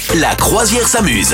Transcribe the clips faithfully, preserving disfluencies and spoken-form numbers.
La croisière s'amuse.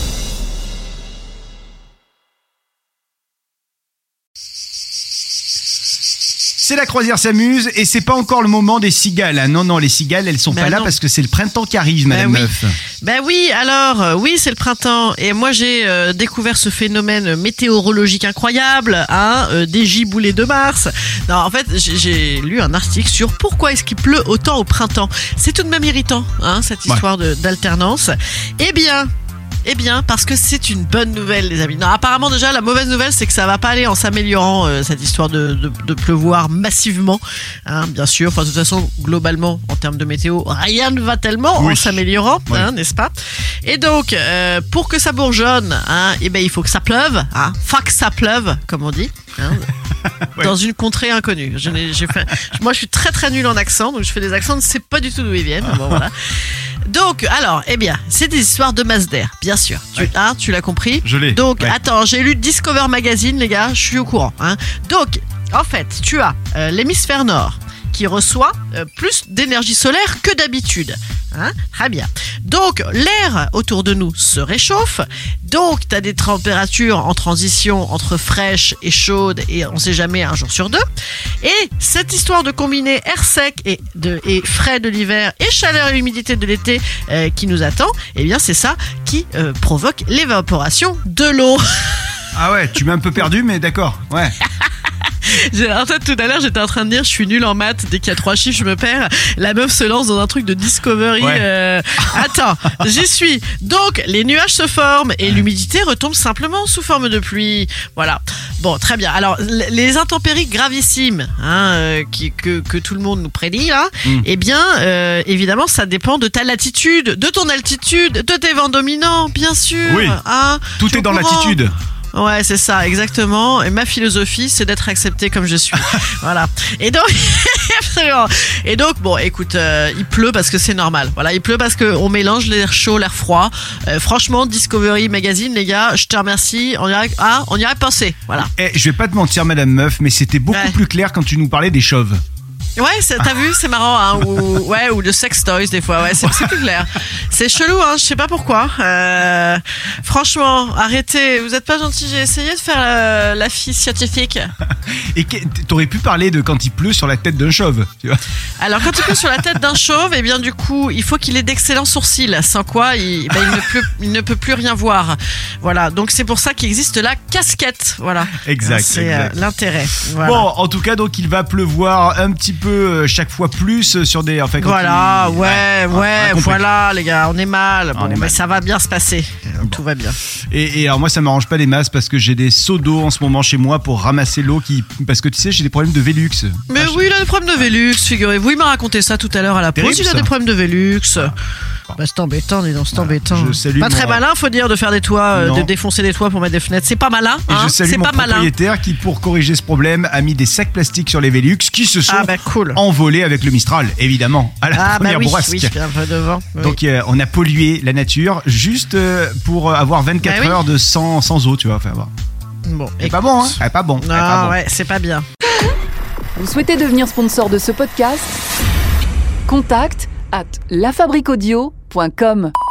C'est la croisière s'amuse et c'est pas encore le moment des cigales. Non, non, les cigales, elles sont ben pas non. là parce que c'est le printemps qui arrive, Madame ben oui. Meuf. Ben oui, alors, euh, oui, c'est le printemps. Et moi, j'ai euh, découvert ce phénomène météorologique incroyable, hein, euh, des giboulées de Mars. Non, en fait, j'ai, j'ai lu un article sur pourquoi est-ce qu'il pleut autant au printemps. C'est tout de même irritant, hein, cette histoire ouais. de, d'alternance. Eh bien... Eh bien, parce que c'est une bonne nouvelle, les amis. Non, apparemment, déjà, la mauvaise nouvelle, c'est que ça va pas aller en s'améliorant, euh, cette histoire de, de, de pleuvoir massivement. Hein, bien sûr. Enfin, de toute façon, globalement, en termes de météo, rien ne va tellement oui. en s'améliorant, oui. hein, n'est-ce pas? Et donc, euh, pour que ça bourgeonne, hein, eh ben, il faut que ça pleuve. Hein, faut que ça pleuve, comme on dit. Hein, ouais. Dans une contrée inconnue. Je n'ai, j'ai fait, moi, je suis très très nul en accent, donc je fais des accents, je ne sais pas du tout d'où ils viennent. Bon, voilà. Donc, alors, eh bien, c'est des histoires de masse d'air, bien sûr. Tu, ouais. hein, tu l'as compris? Je l'ai. Donc, ouais. attends, j'ai lu Discover Magazine, les gars, je suis au courant. Hein. Donc, en fait, tu as euh, l'hémisphère nord qui reçoit euh, plus d'énergie solaire que d'habitude. Hein, très bien. Donc, l'air autour de nous se réchauffe. Donc, tu as des températures en transition entre fraîches et chaudes et on ne sait jamais un jour sur deux. Et cette histoire de combiner air sec et, de, et frais de l'hiver et chaleur et humidité de l'été euh, qui nous attend, eh bien, c'est ça qui euh, provoque l'évaporation de l'eau. Ah ouais, tu m'as un peu perdu, mais d'accord. Ouais. J'ai, en fait, tout à l'heure, j'étais en train de dire, je suis nulle en maths. Dès qu'il y a trois chiffres, je me perds. La meuf se lance dans un truc de Discovery. Ouais. Euh... Attends, j'y suis. Donc, les nuages se forment et l'humidité retombe simplement sous forme de pluie. Voilà. Bon, très bien. Alors, les intempéries gravissimes, hein, euh, qui, que, que tout le monde nous prédit, là, mm. eh bien, euh, évidemment, ça dépend de ta latitude, de ton altitude, de tes vents dominants, bien sûr. Oui. Hein, tout est dans l'attitude. Ouais, c'est ça, exactement. Et ma philosophie, c'est d'être accepté comme je suis. Voilà. Et donc, absolument. Et donc, bon, écoute, euh, il pleut parce que c'est normal. Voilà, il pleut parce que on mélange l'air chaud, l'air froid. Euh, franchement, Discovery Magazine, les gars, je te remercie. On y aurait, ah, on y aurait pensé. Voilà. Eh, je vais pas te mentir, Madame Meuf, mais c'était beaucoup ouais. plus clair quand tu nous parlais des chauves. Ouais, c'est, t'as vu, c'est marrant, hein, ou, ouais, ou de sex toys des fois, ouais, c'est, c'est plus clair. C'est chelou, hein, je sais pas pourquoi. Euh, franchement, arrêtez, vous êtes pas gentil, j'ai essayé de faire la, la fille scientifique. Et que, t'aurais pu parler de quand il pleut sur la tête d'un chauve, tu vois. Alors, quand il pleut sur la tête d'un chauve, eh bien, du coup, il faut qu'il ait d'excellents sourcils, sans quoi il, ben, il, ne peut, il ne peut plus rien voir. Voilà, donc c'est pour ça qu'il existe la casquette, voilà. Exact. C'est exact. Euh, l'intérêt. Voilà. Bon, en tout cas, donc il va pleuvoir un petit peu chaque fois plus sur des. Enfin, voilà, il... ouais, ouais, ouais voilà, les gars, on est mal. Bon, on est mais mal. Ça va bien se passer. Bon. Tout va bien. Et, et alors, moi, ça m'arrange pas les masses parce que j'ai des seaux d'eau en ce moment chez moi pour ramasser l'eau qui. Parce que tu sais, j'ai des problèmes de Velux. Mais ah, oui, je... il a des problèmes de Velux, figurez-vous. Il m'a raconté ça tout à l'heure à la pause. Il a des problèmes de Velux. Ah. Bah, c'est embêtant, dis donc, c'est voilà, embêtant. Pas très mon... malin, faut dire, de faire des toits, euh, de défoncer des toits pour mettre des fenêtres. C'est pas malin. Et hein, je salue c'est mon pas propriétaire malin. qui, pour corriger ce problème, a mis des sacs plastiques sur les Velux qui se sont ah, bah, cool. envolés avec le Mistral, évidemment, à la ah, première bah, oui, bourrasque. Oui, un peu devant. Oui. Donc, euh, on a pollué la nature juste euh, pour avoir vingt-quatre bah, heures oui. de sans, sans eau, tu vois. Enfin, bon. Bon, c'est pas bon, hein. C'est pas bon. Non, pas bon. ouais, c'est pas bien. Vous souhaitez devenir sponsor de ce podcast ? Contact à la fabrique audio point com.